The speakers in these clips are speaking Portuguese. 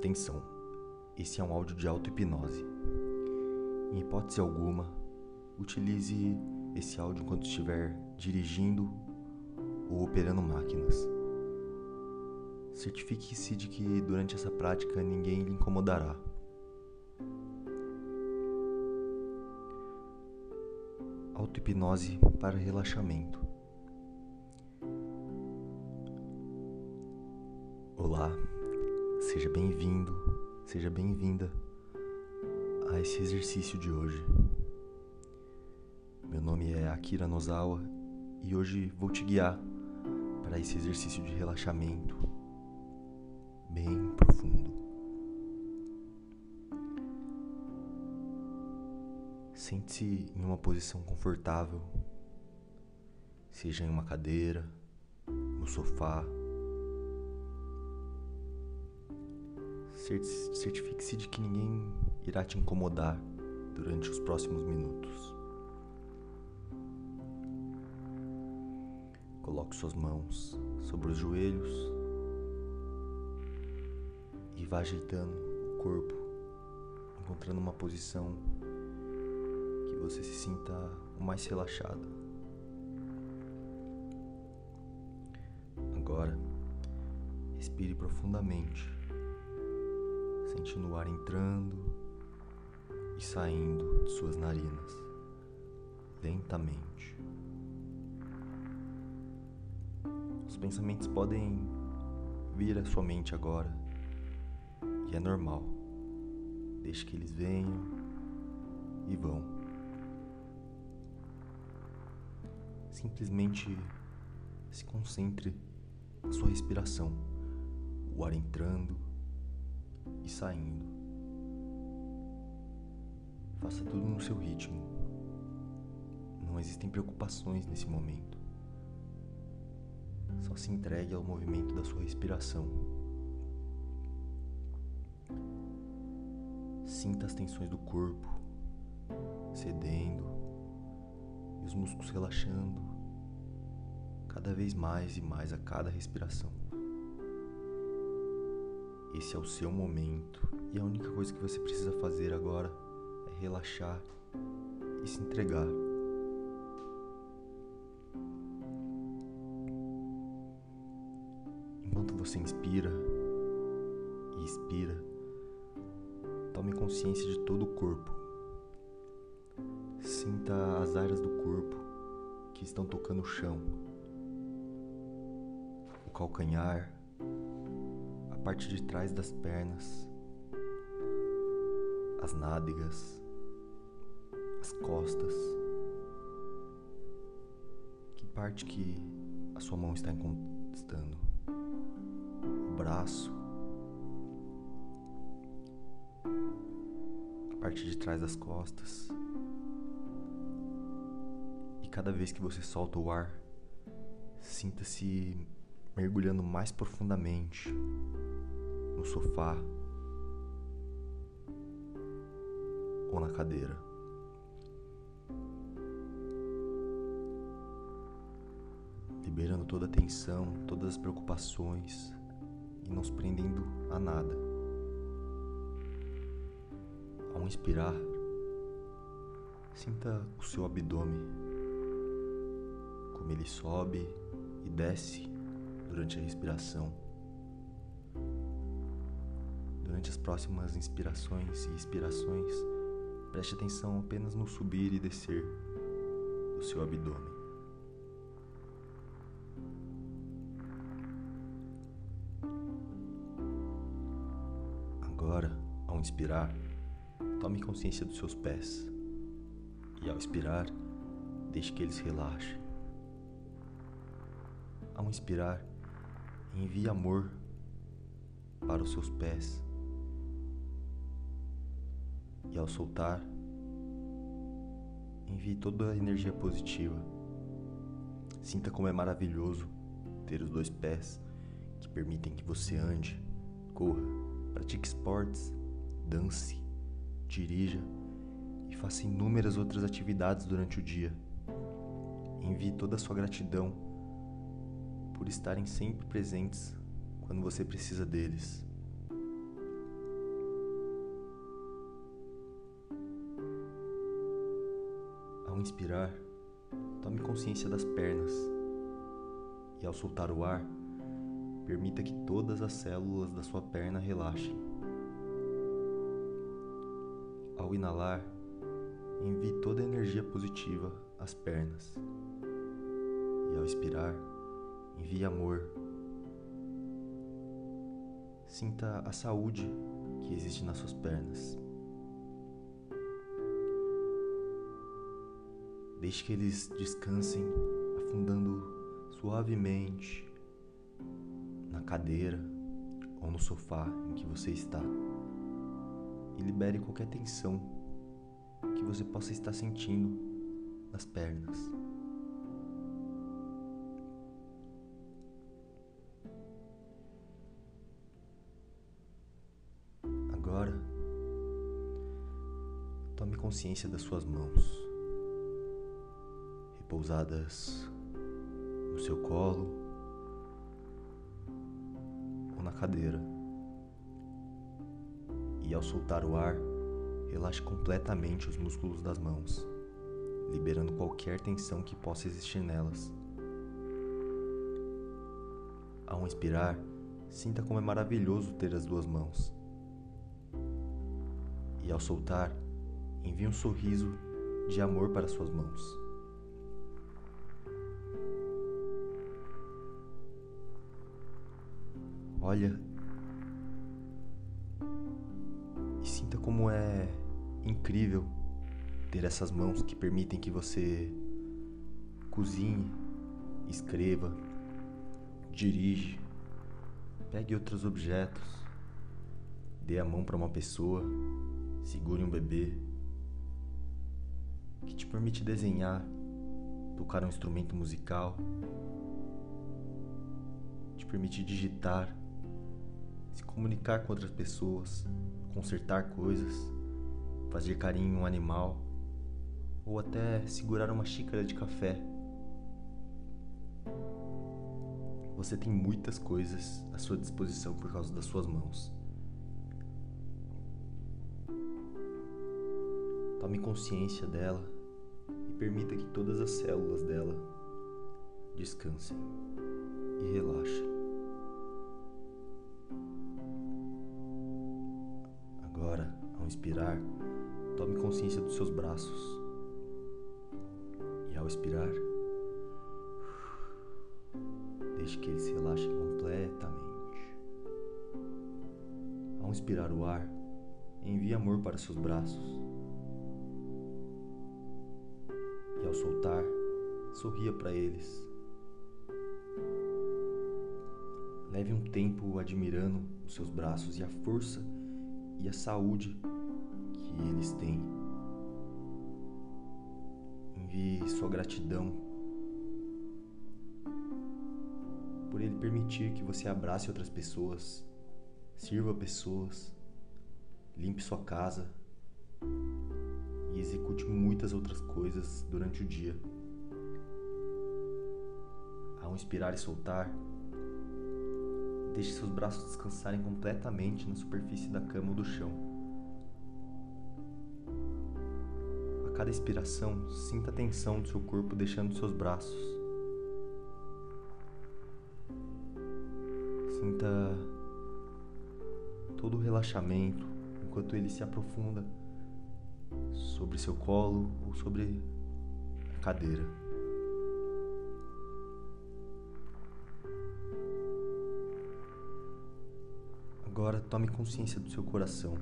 Atenção, esse é um áudio de auto-hipnose. Em hipótese alguma, utilize esse áudio enquanto estiver dirigindo ou operando máquinas. Certifique-se de que durante essa prática ninguém lhe incomodará. Auto-hipnose para relaxamento. Olá, seja bem-vindo, seja bem-vinda a esse exercício de hoje. Meu nome é Akira Nozawa e hoje vou te guiar para esse exercício de relaxamento bem profundo. Sente-se em uma posição confortável, seja em uma cadeira, no sofá. Certifique-se de que ninguém irá te incomodar durante os próximos minutos. Coloque suas mãos sobre os joelhos e vá ajeitando o corpo, encontrando uma posição que você se sinta o mais relaxado. Agora, respire profundamente, sentindo o ar entrando e saindo de suas narinas, lentamente. Os pensamentos podem vir à sua mente agora, e é normal. Deixe que eles venham e vão. Simplesmente se concentre na sua respiração, o ar entrando e saindo. Faça tudo no seu ritmo. Não existem preocupações nesse momento. Só se entregue ao movimento da sua respiração. Sinta as tensões do corpo cedendo e os músculos relaxando cada vez mais e mais a cada respiração. Esse é o seu momento e a única coisa que você precisa fazer agora é relaxar e se entregar. Enquanto você inspira e expira, tome consciência de todo o corpo. Sinta as áreas do corpo que estão tocando o chão. O calcanhar, a parte de trás das pernas, as nádegas, as costas. Que parte que a sua mão está encostando? O braço, a parte de trás das costas. E cada vez que você solta o ar, sinta-se mergulhando mais profundamente no sofá ou na cadeira. Liberando toda a tensão, todas as preocupações e não se prendendo a nada. Ao inspirar, sinta o seu abdômen, como ele sobe e desce durante a respiração. Durante as próximas inspirações e expirações, preste atenção apenas no subir e descer do seu abdômen. Agora, ao inspirar, tome consciência dos seus pés e ao expirar, deixe que eles relaxem. Ao inspirar, envie amor para os seus pés e ao soltar, envie toda a energia positiva. Sinta como é maravilhoso ter os dois pés que permitem que você ande, corra, pratique esportes, dance, dirija e faça inúmeras outras atividades durante o dia. Envie toda a sua gratidão por estarem sempre presentes quando você precisa deles. Ao inspirar, tome consciência das pernas e ao soltar o ar, permita que todas as células da sua perna relaxem. Ao inalar, envie toda a energia positiva às pernas. E ao expirar, envie amor. Sinta a saúde que existe nas suas pernas. Deixe que eles descansem, afundando suavemente na cadeira ou no sofá em que você está. E libere qualquer tensão que você possa estar sentindo nas pernas. Agora, tome consciência das suas mãos, repousadas no seu colo ou na cadeira. E ao soltar o ar, relaxe completamente os músculos das mãos, liberando qualquer tensão que possa existir nelas. Ao inspirar, sinta como é maravilhoso ter as duas mãos. E ao soltar, envie um sorriso de amor para suas mãos. Olha e sinta como é incrível ter essas mãos que permitem que você cozinhe, escreva, dirige, pegue outros objetos, dê a mão para uma pessoa, segure um bebê, que te permite desenhar, tocar um instrumento musical, te permite digitar, se comunicar com outras pessoas, consertar coisas, fazer carinho em um animal ou até segurar uma xícara de café. Você tem muitas coisas à sua disposição por causa das suas mãos. Tome consciência dela e permita que todas as células dela descansem e relaxem. Agora, ao inspirar, tome consciência dos seus braços. E ao expirar, deixe que eles se relaxem completamente. Ao inspirar o ar, envie amor para seus braços. E ao soltar, sorria para eles. Leve um tempo admirando os seus braços e a força e a saúde que eles têm. Envie sua gratidão por ele permitir que você abrace outras pessoas, sirva pessoas, limpe sua casa e execute muitas outras coisas durante o dia. Ao inspirar e soltar, deixe seus braços descansarem completamente na superfície da cama ou do chão. A cada expiração, sinta a tensão do seu corpo deixando seus braços. Sinta todo o relaxamento enquanto ele se aprofunda sobre seu colo ou sobre a cadeira. Agora tome consciência do seu coração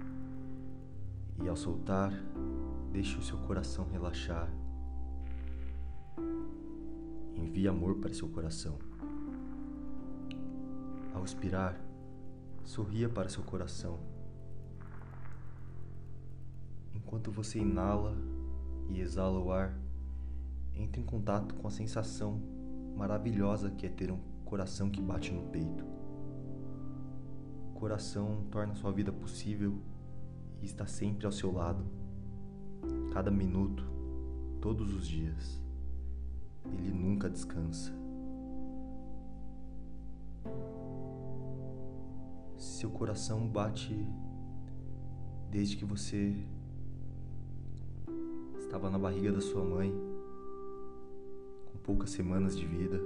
e ao soltar, deixe o seu coração relaxar. Envie amor para seu coração. Ao expirar, sorria para seu coração. Enquanto você inala e exala o ar, entre em contato com a sensação maravilhosa que é ter um coração que bate no peito. O coração torna sua vida possível e está sempre ao seu lado, cada minuto, todos os dias. Ele nunca descansa. Seu coração bate desde que você estava na barriga da sua mãe, com poucas semanas de vida.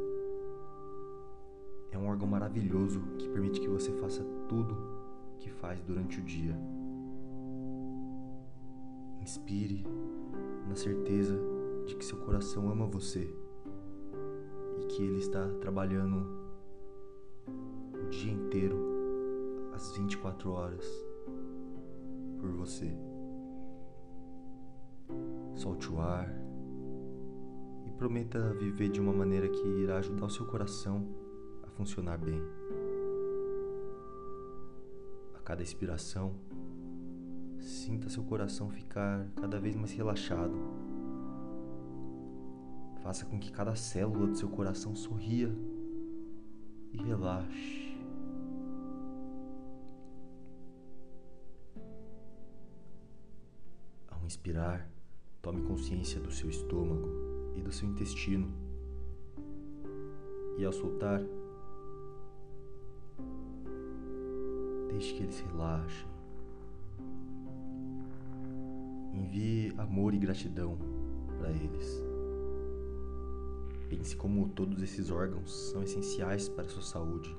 É um órgão maravilhoso que permite que você faça tudo que faz durante o dia. Inspire na certeza de que seu coração ama você e que ele está trabalhando o dia inteiro, às 24 horas, por você. Solte o ar e prometa viver de uma maneira que irá ajudar o seu coração a funcionar bem. A cada expiração, sinta seu coração ficar cada vez mais relaxado. Faça com que cada célula do seu coração sorria e relaxe. Ao inspirar, tome consciência do seu estômago e do seu intestino. E ao soltar, deixe que eles relaxem. Envie amor e gratidão para eles. Pense como todos esses órgãos são essenciais para a sua saúde,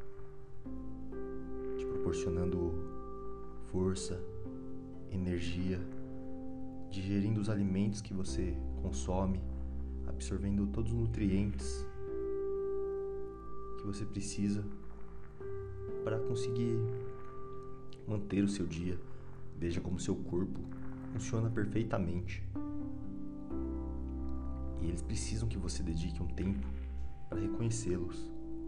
te proporcionando força, energia, digerindo os alimentos que você consome, absorvendo todos os nutrientes que você precisa para conseguir manter o seu dia. Veja como seu corpo funciona perfeitamente. E eles precisam que você dedique um tempo para reconhecê-los.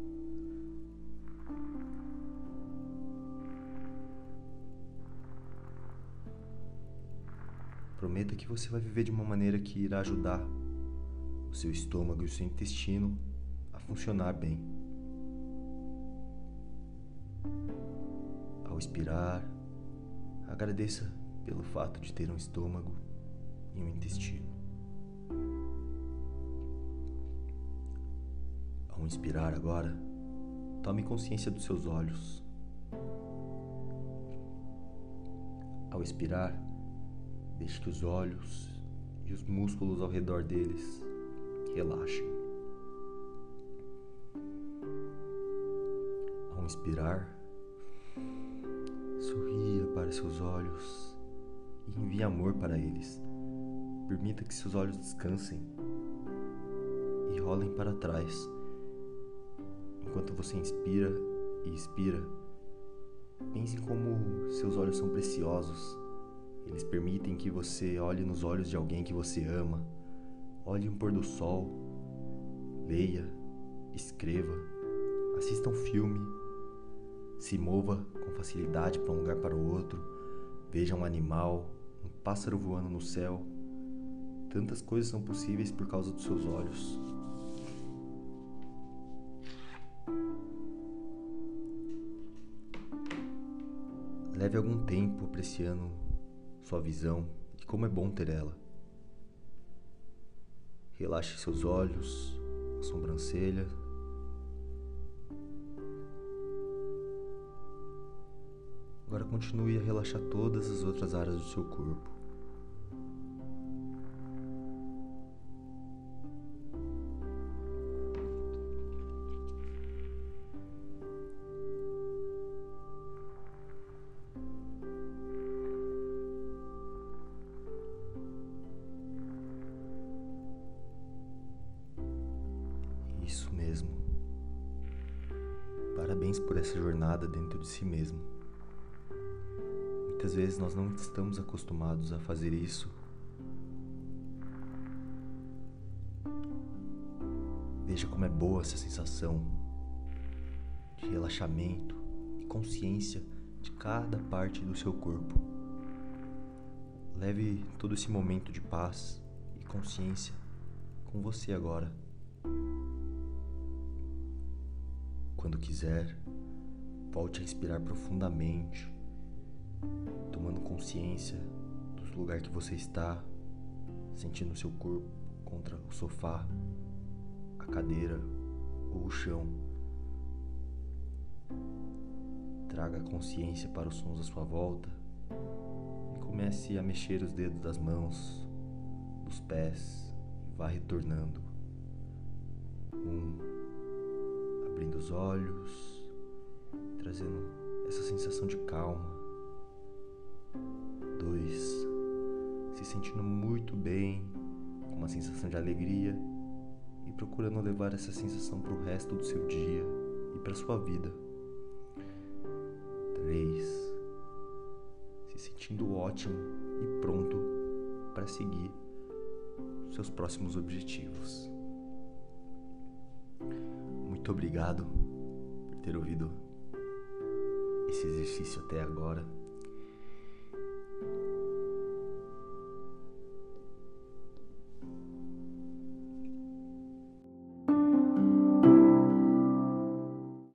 Prometa que você vai viver de uma maneira que irá ajudar o seu estômago e o seu intestino a funcionar bem. Ao expirar, agradeça pelo fato de ter um estômago e um intestino. Ao inspirar agora, tome consciência dos seus olhos. Ao expirar, deixe que os olhos e os músculos ao redor deles relaxem. Ao inspirar, sorria para seus olhos e envie amor para eles. Permita que seus olhos descansem e rolem para trás. Enquanto você inspira e expira, pense em como seus olhos são preciosos. Eles permitem que você olhe nos olhos de alguém que você ama. Olhe um pôr do sol, leia, escreva, assista um filme, se mova com facilidade para um lugar para o outro, veja um animal, um pássaro voando no céu. Tantas coisas são possíveis por causa dos seus olhos. Leve algum tempo apreciando sua visão e como é bom ter ela. Relaxe seus olhos, a sobrancelha. Agora continue a relaxar todas as outras áreas do seu corpo. Isso mesmo. Parabéns por essa jornada dentro de si mesmo. Muitas vezes nós não estamos acostumados a fazer isso. Veja como é boa essa sensação de relaxamento e consciência de cada parte do seu corpo. Leve todo esse momento de paz e consciência com você agora. Quando quiser, volte a respirar profundamente, tomando consciência do lugar que você está, sentindo seu corpo contra o sofá, a cadeira ou o chão. Traga a consciência para os sons à sua volta e comece a mexer os dedos das mãos, os pés e vá retornando. 1, abrindo os olhos, trazendo essa sensação de calma. 2, se sentindo muito bem, com uma sensação de alegria e procurando levar essa sensação para o resto do seu dia e para sua vida. 3, se sentindo ótimo e pronto para seguir seus próximos objetivos. Muito obrigado por ter ouvido esse exercício até agora.